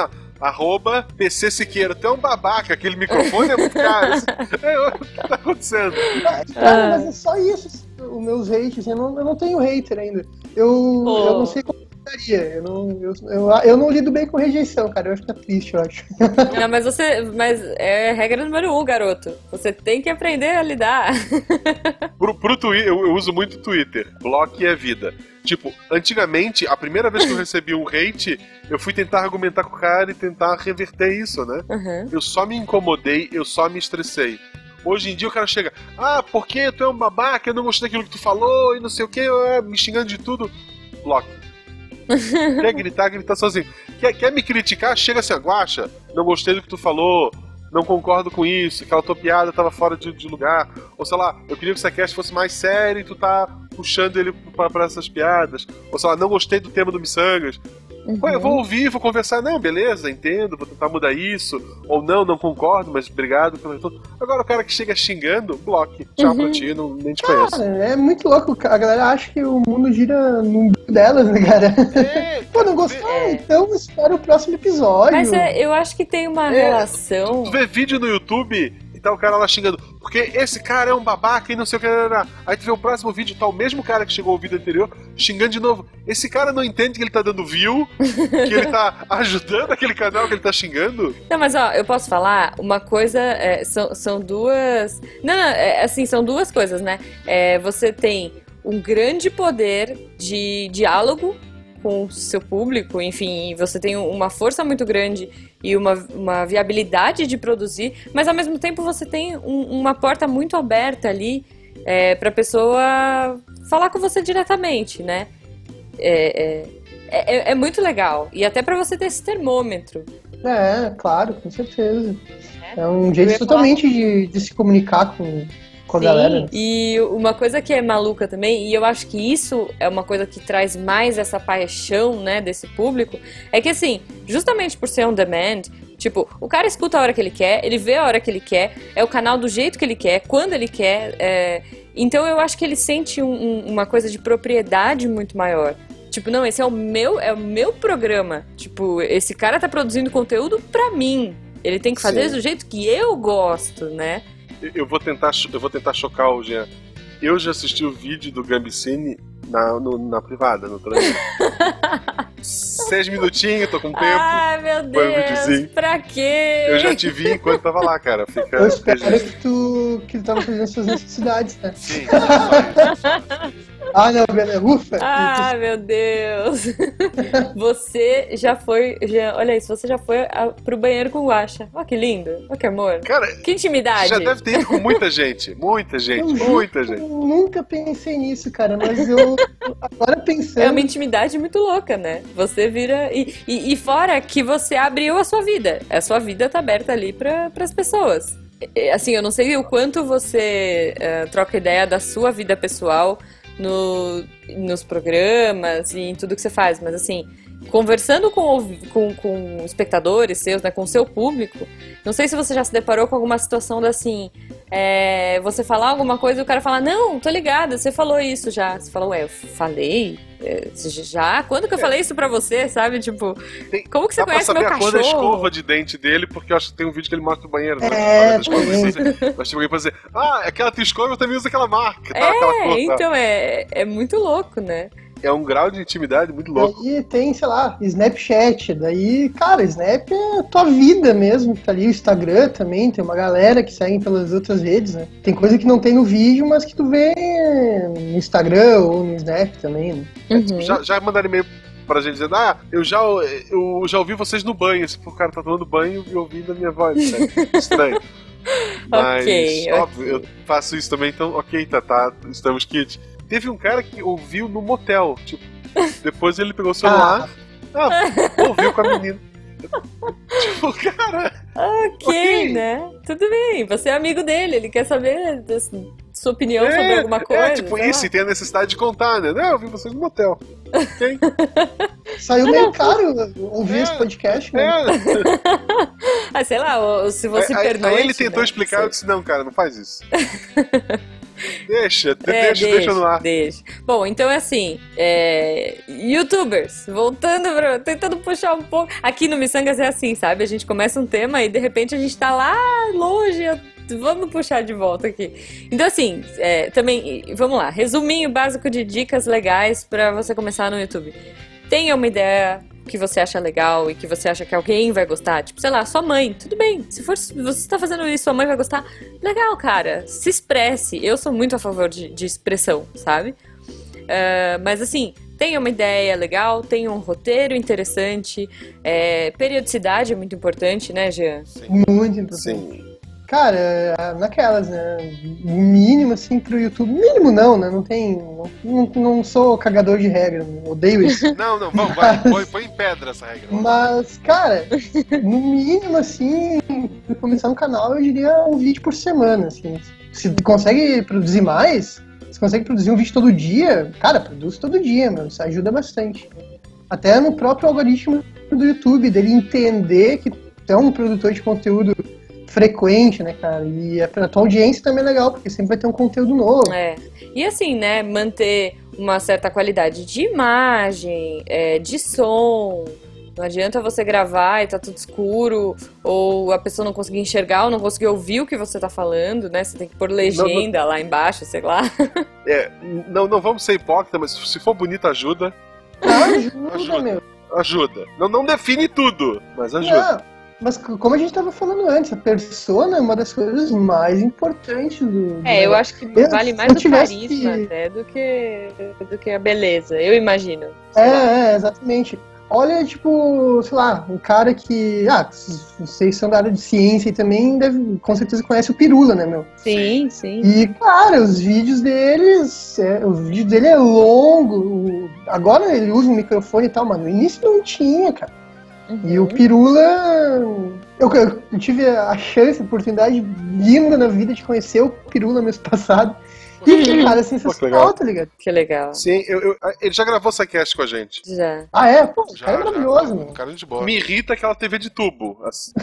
@PC Siqueira, tu é um babaca, aquele microfone é muito caro. O que tá acontecendo? Cara, mas é só isso, os meus haters, eu não tenho hater ainda. Eu não sei como Eu não lido bem com rejeição, cara. Eu acho que é triste, eu acho. Não, mas é regra número 1, garoto. Você tem que aprender a lidar. Pro Twitter, eu uso muito o Twitter. Bloque é vida. Tipo, antigamente, a primeira vez que eu recebi um hate, eu fui tentar argumentar com o cara e tentar reverter isso, né? Uhum. Eu só me incomodei, eu só me estressei. Hoje em dia o cara chega, porque tu é um babaca, eu não gostei daquilo que tu falou e não sei o que, me xingando de tudo. Bloque. Quer gritar, grita sozinho. Quer me criticar? Chega assim, Guaxa, não gostei do que tu falou, não concordo com isso, aquela tua piada tava fora de lugar. Ou sei lá, eu queria que o Psycast fosse mais sério e tu tá puxando ele pra essas piadas. Ou sei lá, não gostei do tema do Missangas. Uhum. Eu vou ouvir, vou conversar. Não, beleza, entendo, vou tentar mudar isso. Ou não concordo, mas obrigado pelo retorno. Agora o cara que chega xingando, bloque. Tchau pra ti, nem te conheço. É muito louco. A galera acha que o mundo gira no umbigo delas, né, cara? Pô, não gostou? Então espera o próximo episódio. Mas eu acho que tem uma relação... Tu vê vídeo no YouTube e tá o cara lá xingando, porque esse cara é um babaca e não sei o que. Aí tu vê o próximo vídeo, tá o mesmo cara que chegou ao vídeo anterior xingando de novo. Esse cara não entende que ele tá dando view, que ele tá ajudando aquele canal que ele tá xingando. Não, mas ó, eu posso falar uma coisa, são duas... Não, assim, são duas coisas, né? Você tem um grande poder de diálogo com o seu público, enfim, você tem uma força muito grande e uma viabilidade de produzir, mas ao mesmo tempo você tem uma porta muito aberta ali pra pessoa falar com você diretamente, né? É muito legal. E até pra você ter esse termômetro. Claro, com certeza. É um jeito totalmente de se comunicar com a galera. E uma coisa que é maluca também, e eu acho que isso é uma coisa que traz mais essa paixão, né, desse público, é que assim, justamente por ser on demand, tipo, o cara escuta a hora que ele quer, ele vê a hora que ele quer, é o canal do jeito que ele quer, quando ele quer, então eu acho que ele sente uma coisa de propriedade muito maior. Tipo, não, esse é o meu programa. Tipo, esse cara tá produzindo conteúdo pra mim. Ele tem que fazer do jeito que eu gosto, né? Eu vou tentar chocar o Jean. Eu já assisti o vídeo do Gambicini na privada, no trânsito. 6 minutinhos, tô com tempo. Ai, meu Deus, pra quê? Eu já te vi enquanto tava lá, cara. Eu espero que tu tava fazendo suas necessidades, né? Sim. Não, beleza. Ufa! Meu Deus! Você já foi... olha isso, você já foi pro banheiro com guaxa. Olha que lindo, olha que amor. Cara, que intimidade. Já deve ter ido com muita gente. Muita gente. Eu nunca pensei nisso, cara, mas eu agora pensando... É uma intimidade muito louca, né? Você vira... E fora que você abriu a sua vida. A sua vida tá aberta ali pras pessoas. Assim, eu não sei o quanto você troca ideia da sua vida pessoal nos programas e em tudo que você faz, mas assim, conversando com espectadores seus, né, com o seu público, não sei se você já se deparou com alguma situação assim, você falar alguma coisa e o cara falar, não, tô ligada, você falou isso já. Você falou, eu falei? Já? Quando que eu falei isso pra você, sabe? Tipo, como que você conhece meu cachorro? Dá pra saber a cor da escova de dente dele, porque eu acho que tem um vídeo que ele mostra o banheiro, né? Mas tipo, alguém pode dizer, aquela tua escova eu também uso aquela marca, tá? Aquela cor, então é muito louco, né? É um grau de intimidade muito louco. Daí tem, sei lá, Snapchat. Daí, cara, Snap é a tua vida mesmo. Tá ali o Instagram também. Tem uma galera que segue pelas outras redes, né? Tem coisa que não tem no vídeo, mas que tu vê no Instagram ou no Snap também, né? Uhum. Já mandaram e-mail pra gente dizendo, eu já ouvi vocês no banho. Esse cara tá tomando banho e ouvindo a minha voz, né? Estranho. Mas, óbvio, eu faço isso também, então, tá, estamos kits. Teve um cara que ouviu no motel, tipo, depois ele pegou o celular, ouviu com a menina. Tipo, cara... Ok, né? Tudo bem, você é amigo dele, ele quer saber sua opinião sobre alguma coisa. Tipo isso, e tem a necessidade de contar, né? Não, eu vi vocês no motel. Ok. Saiu meio caro ouvir esse podcast, né? Sei lá, se você pernoite... Aí ele tentou explicar, eu disse, não, cara, não faz isso. Deixa no ar. Deixa. Bom, então é assim, YouTubers, tentando puxar um pouco. Aqui no Missangas é assim, sabe? A gente começa um tema e de repente a gente tá lá longe, vamos puxar de volta aqui. Então assim, também, vamos lá, resuminho básico de dicas legais pra você começar no YouTube. tenha uma ideia que você acha legal e que você acha que alguém vai gostar. Tipo, sei lá, sua mãe, tudo bem. Se você tá fazendo isso, sua mãe vai gostar. Legal, cara, se expresse. Eu sou muito a favor de expressão, sabe? Mas assim, tenha uma ideia legal, tenha um roteiro interessante, periodicidade é muito importante, né, Jean? Sim. Muito importante. Sim. Cara, naquelas, né? Mínimo, assim, pro YouTube. Mínimo não, né? Não tem. Não sou cagador de regra, odeio isso. Não, vamos, vai, põe em pedra essa regra. Mas, cara, no mínimo, assim, pra começar no canal, eu diria um vídeo por semana, assim. Se consegue produzir mais, se consegue produzir um vídeo todo dia, cara, produz todo dia, mano. Isso ajuda bastante. Até no próprio algoritmo do YouTube, dele entender que é um produtor de conteúdo frequente, né, cara? E pra tua audiência também é legal, porque sempre vai ter um conteúdo novo. E assim, né, manter uma certa qualidade de imagem, de som. Não adianta você gravar e tá tudo escuro, ou a pessoa não conseguir enxergar, ou não conseguir ouvir o que você tá falando, né? Você tem que pôr legenda lá embaixo, sei lá. Não vamos ser hipócritas, mas se for bonito, ajuda. Ajuda, meu. Ajuda. Não define tudo, mas ajuda. Não. Mas como a gente estava falando antes, a persona é uma das coisas mais importantes do eu acho que vale mais o carisma até do que a beleza, eu imagino. Exatamente. Olha, tipo, sei lá, um cara que... vocês são da área de ciência e também com certeza conhece o Pirula, né, meu? Sim. E, cara, os vídeos deles... o vídeo dele é longo. Agora ele usa um microfone e tal, mas no início não tinha, cara. E o Pirula, eu tive a chance, a oportunidade linda na vida de conhecer o Pirula mês passado. E, cara, sensacional, tá ligado? Que legal. Sim, ele já gravou essa cast com a gente. Já. Pô, o cara é maravilhoso, mano. Cara de boa. Me irrita aquela TV de tubo. Assim.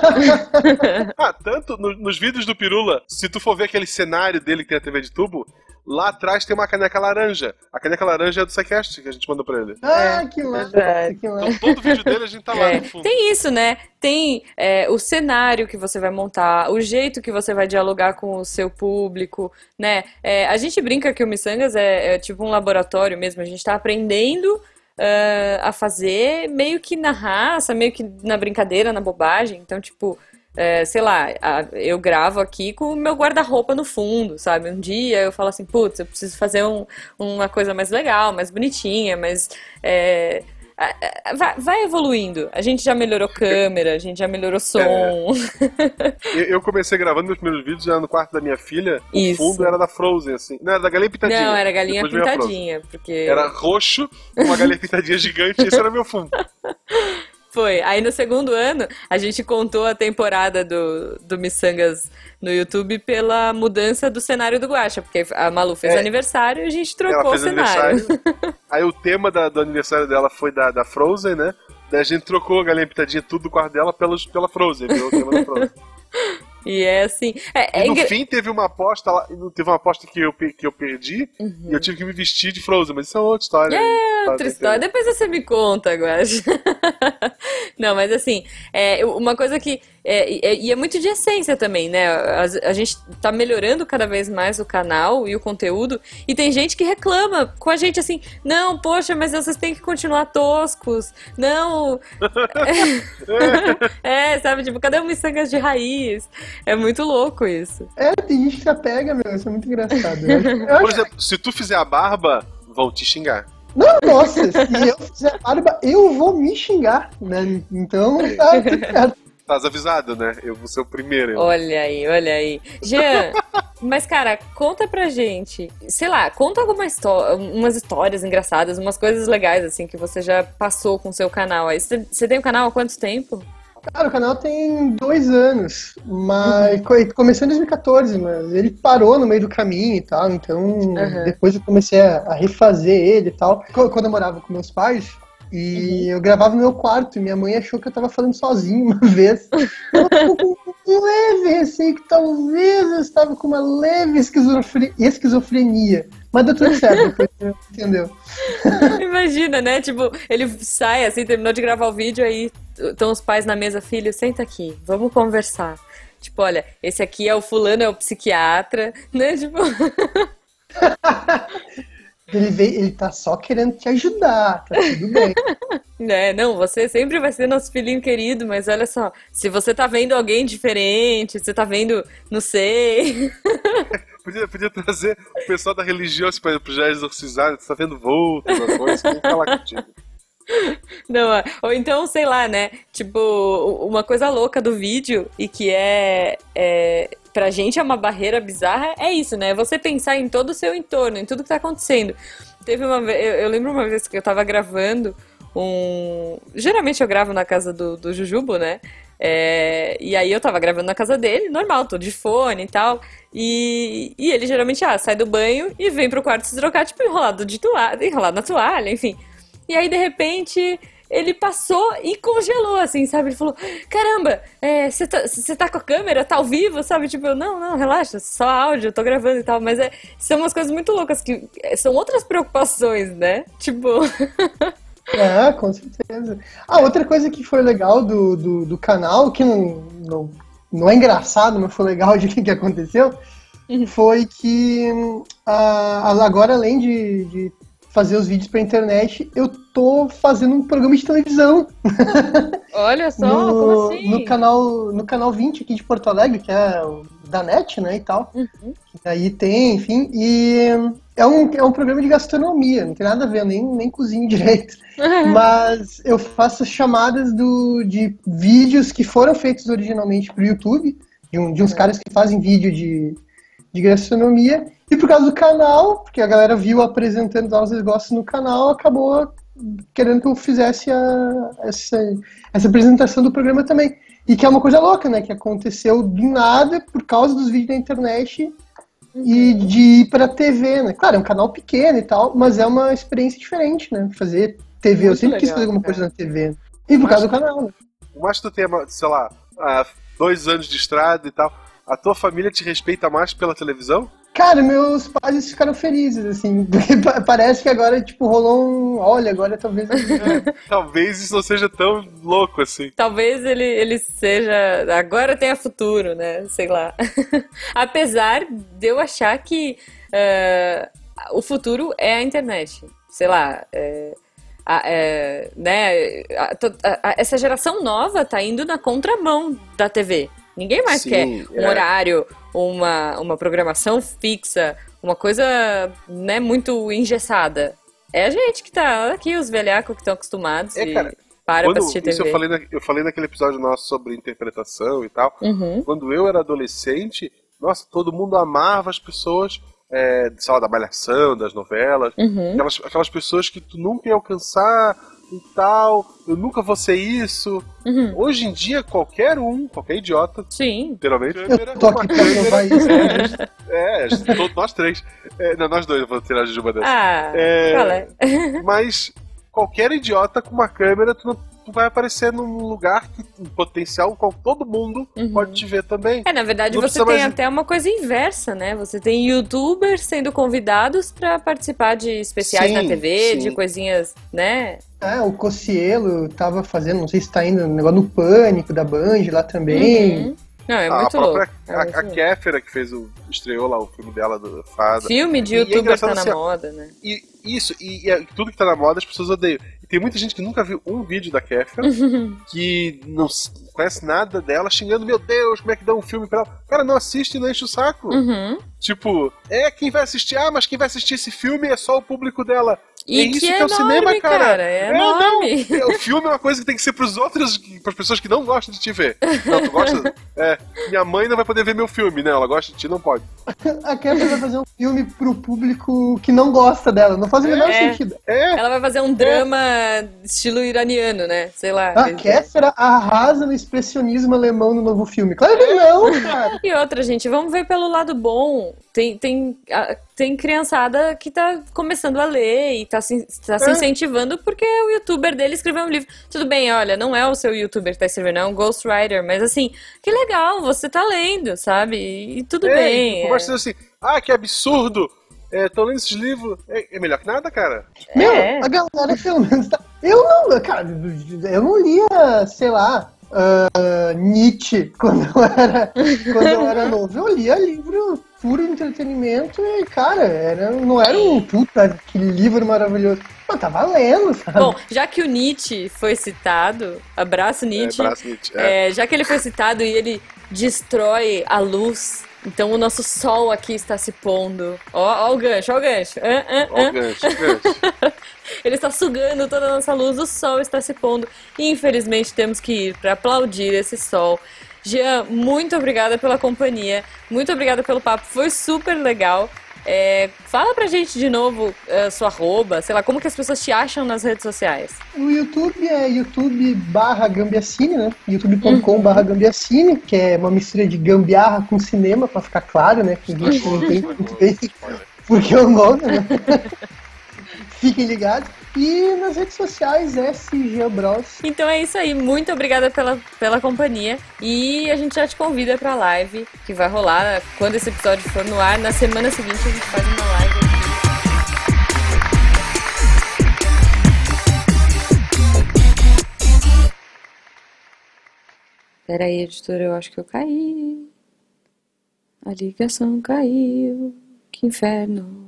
Tanto nos vídeos do Pirula, se tu for ver aquele cenário dele que tem a TV de tubo, lá atrás tem uma caneca laranja. A caneca laranja é do Sequest que a gente mandou pra ele. Que massa. Então todo vídeo dele a gente tá lá no fundo. Tem isso, né? Tem o cenário que você vai montar, o jeito que você vai dialogar com o seu público, né? A gente brinca que o Missangas é tipo um laboratório mesmo, a gente tá aprendendo a fazer meio que na raça, meio que na brincadeira, na bobagem. Então, tipo, sei lá, eu gravo aqui com o meu guarda-roupa no fundo, sabe? Um dia eu falo assim, putz, eu preciso fazer uma coisa mais legal, mais bonitinha, mas... Vai evoluindo. A gente já melhorou câmera, a gente já melhorou som. Eu comecei gravando meus primeiros vídeos já no quarto da minha filha. Isso. O fundo era da Frozen, assim. Não, era da Galinha Pintadinha. Não, era Galinha Pintadinha. Porque... Era roxo, uma Galinha Pintadinha gigante, e esse era meu fundo. Foi. Aí no segundo ano, a gente contou a temporada do Missangas no YouTube pela mudança do cenário do Guaxa, porque a Malu fez aniversário e a gente trocou o cenário. Aí o tema do aniversário dela foi da Frozen, né? Daí a gente trocou a Galinha Pitadinha tudo do quarto dela pela Frozen, virou o tema da Frozen. E é assim... E no fim teve uma aposta lá, que eu perdi, e eu tive que me vestir de Frozen, mas isso é outra história. Outra história. Depois você me conta, Guaxa. Não, mas assim, uma coisa que... E é muito de essência também, né? A gente tá melhorando cada vez mais o canal e o conteúdo, e tem gente que reclama com a gente assim, não, poxa, mas vocês têm que continuar toscos, não... sabe, tipo, cadê o Missangas de raiz? É muito louco isso. Tem gente que se apega, meu, isso é muito engraçado. Por exemplo, se tu fizer a barba, vão te xingar. Não, nossa, se eu fizer a barba, eu vou me xingar, né? Então, tá tudo certo. Estás avisado, né? Eu vou ser o primeiro. Olha aí. Jean, mas cara, conta pra gente, sei lá, conta umas histórias engraçadas, umas coisas legais, assim, que você já passou com o seu canal. Aí, você tem um canal há quanto tempo? Cara, o canal tem 2 anos, mas começou em 2014, mas ele parou no meio do caminho e tal, então depois eu comecei a refazer ele e tal. Quando eu morava com meus pais, e eu gravava no meu quarto, e minha mãe achou que eu tava falando sozinho uma vez. Eu tava com um leve receio que talvez eu estava com uma leve esquizofrenia. Mas deu tudo certo, depois entendeu? Imagina, né? Tipo, ele sai assim, terminou de gravar o vídeo, aí estão os pais na mesa, filho, senta aqui, vamos conversar. Tipo, olha, esse aqui é o fulano, é o psiquiatra, né? Tipo... Ele tá só querendo te ajudar, tá tudo bem. Não, você sempre vai ser nosso filhinho querido, mas olha só, se você tá vendo alguém diferente, você tá vendo, não sei... Podia trazer o pessoal da religião assim, pra já exorcizar, você tá vendo vultos, alguma coisa, vamos falar contigo. Não, ou então, sei lá, né? Tipo, uma coisa louca do vídeo e que pra gente é uma barreira bizarra, é isso, né? Você pensar em todo o seu entorno, em tudo que tá acontecendo. Teve uma vez, eu lembro uma vez que eu tava gravando geralmente eu gravo na casa do Jujubo, né? E aí eu tava gravando na casa dele, normal, tô de fone e tal. E ele geralmente sai do banho e vem pro quarto se trocar, tipo, enrolado na toalha, enfim. E aí, de repente, ele passou e congelou, assim, sabe? Ele falou, caramba, você tá com a câmera? Tá ao vivo, sabe? Tipo, não, relaxa, só áudio, eu tô gravando e tal. Mas são umas coisas muito loucas, que são outras preocupações, né? Tipo... Com certeza. Outra coisa que foi legal do canal, que não é engraçado, mas foi legal de que aconteceu, foi que agora, além de fazer os vídeos pra internet, eu tô fazendo um programa de televisão. Olha só, como assim? No canal 20 aqui de Porto Alegre, que é o da NET, né, e tal. Que aí tem, enfim, e é um programa de gastronomia, não tem nada a ver, nem cozinho direito. Mas eu faço chamadas de vídeos que foram feitos originalmente pro YouTube, de uns caras que fazem vídeo de gastronomia. E por causa do canal, porque a galera viu apresentando novos negócios no canal, acabou querendo que eu fizesse essa apresentação do programa também. E que é uma coisa louca, né? Que aconteceu do nada por causa dos vídeos da internet e de ir pra TV, né? Claro, é um canal pequeno e tal, mas é uma experiência diferente, né? Fazer TV. Eu sempre quis fazer alguma coisa na TV. E por causa do canal, né? Mas tu tem, sei lá, 2 anos de estrada e tal, a tua família te respeita mais pela televisão? Cara, meus pais ficaram felizes, assim, porque parece que agora, tipo, rolou olha, agora talvez... Talvez isso não seja tão louco, assim. Talvez ele seja... Agora tenha futuro, né? Sei lá. Apesar de eu achar que o futuro é a internet. Sei lá, essa geração nova tá indo na contramão da TV. Ninguém mais quer um horário, uma programação fixa, uma coisa, né, muito engessada. É a gente que tá aqui, os velhacos que estão acostumados pra assistir TV. Eu falei naquele episódio nosso sobre interpretação e tal. Quando eu era adolescente, nossa, todo mundo amava as pessoas, sei lá, da Malhação, das novelas. Aquelas pessoas que tu nunca ia alcançar e tal, eu nunca vou ser isso. Hoje em dia, qualquer idiota, literalmente, eu tô aqui pra provar isso. nós três. Não, nós dois, eu vou tirar a Jujuba dessa. Mas qualquer idiota com uma câmera, tu vai aparecer num lugar que um potencial qual todo mundo pode te ver também. Na verdade, você tem até uma coisa inversa, né? Você tem youtubers sendo convidados pra participar de especiais na TV, de coisinhas, né? O Cocielo tava fazendo, não sei se tá indo, um negócio no Pânico da Band lá também. Não, é muito louco. A Kéfera, que estreou lá o filme dela do Fada. Filme de youtuber tá na moda, né? E tudo que tá na moda as pessoas odeiam. E tem muita gente que nunca viu um vídeo da Kéfera, que não conhece nada dela, xingando, meu Deus, como é que dá um filme pra ela? Cara, não assiste e não enche o saco. Tipo, quem vai assistir? Mas quem vai assistir esse filme é só o público dela. E isso que é o cinema, cara. É enorme. Não. O filme é uma coisa que tem que ser pros outros, pras pessoas que não gostam de te ver. Não, tu gosta? Minha mãe não vai poder ver meu filme, né? Ela gosta de ti, não pode. A Kéfera vai fazer um filme pro público que não gosta dela. Não faz o menor sentido. Ela vai fazer um drama estilo iraniano, né? Sei lá. A Kéfera arrasa no expressionismo alemão no novo filme. Claro que não, cara. E outra, gente, vamos ver pelo lado bom. Tem criançada que tá começando a ler e tá se incentivando porque o youtuber dele escreveu um livro. Tudo bem, olha, não é o seu youtuber que tá escrevendo, é um ghostwriter, mas assim, que legal, você tá lendo, sabe? E tudo bem. Mas assim, que absurdo! Tô lendo esses livros. É melhor que nada, cara. A galera pelo menos tá... Eu não lia, sei lá, Nietzsche quando eu era novo. Eu lia livro puro entretenimento e, cara, não era um puta, aquele livro maravilhoso. Mas tá valendo, sabe? Bom, já que o Nietzsche foi citado, abraço Nietzsche, já que ele foi citado e ele destrói a luz, então o nosso sol aqui está se pondo. Ó o gancho, ó o gancho. Ó o gancho. Ele está sugando toda a nossa luz, o sol está se pondo. Infelizmente temos que ir para aplaudir esse sol. Jean, muito obrigada pela companhia, muito obrigada pelo papo, foi super legal. Fala pra gente de novo sua arroba, sei lá, como que as pessoas te acham nas redes sociais? No YouTube é youtube.com/Gambiassine, né? youtube.com/Gambiassine, que é uma mistura de gambiarra com cinema, pra ficar claro, né? Que a gente não entende muito bem porque é o nome, né? Fiquem ligados. E nas redes sociais, SG Bros. Então é isso aí, muito obrigada pela companhia. E a gente já te convida pra live, que vai rolar quando esse episódio for no ar. Na semana seguinte a gente faz uma live aqui. Pera aí, editora, eu acho que eu caí. A ligação caiu. Que inferno.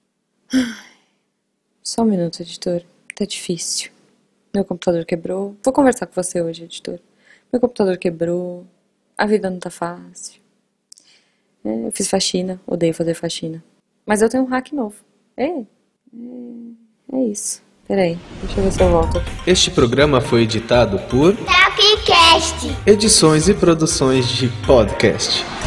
Só um minuto, editor. Tá difícil. Meu computador quebrou. Vou conversar com você hoje, editor. Meu computador quebrou. A vida não tá fácil. Eu fiz faxina. Odeio fazer faxina. Mas eu tenho um hack novo. É isso. Peraí, deixa eu ver se eu volto. Este programa foi editado por Tapcast. Edições e Produções de Podcast.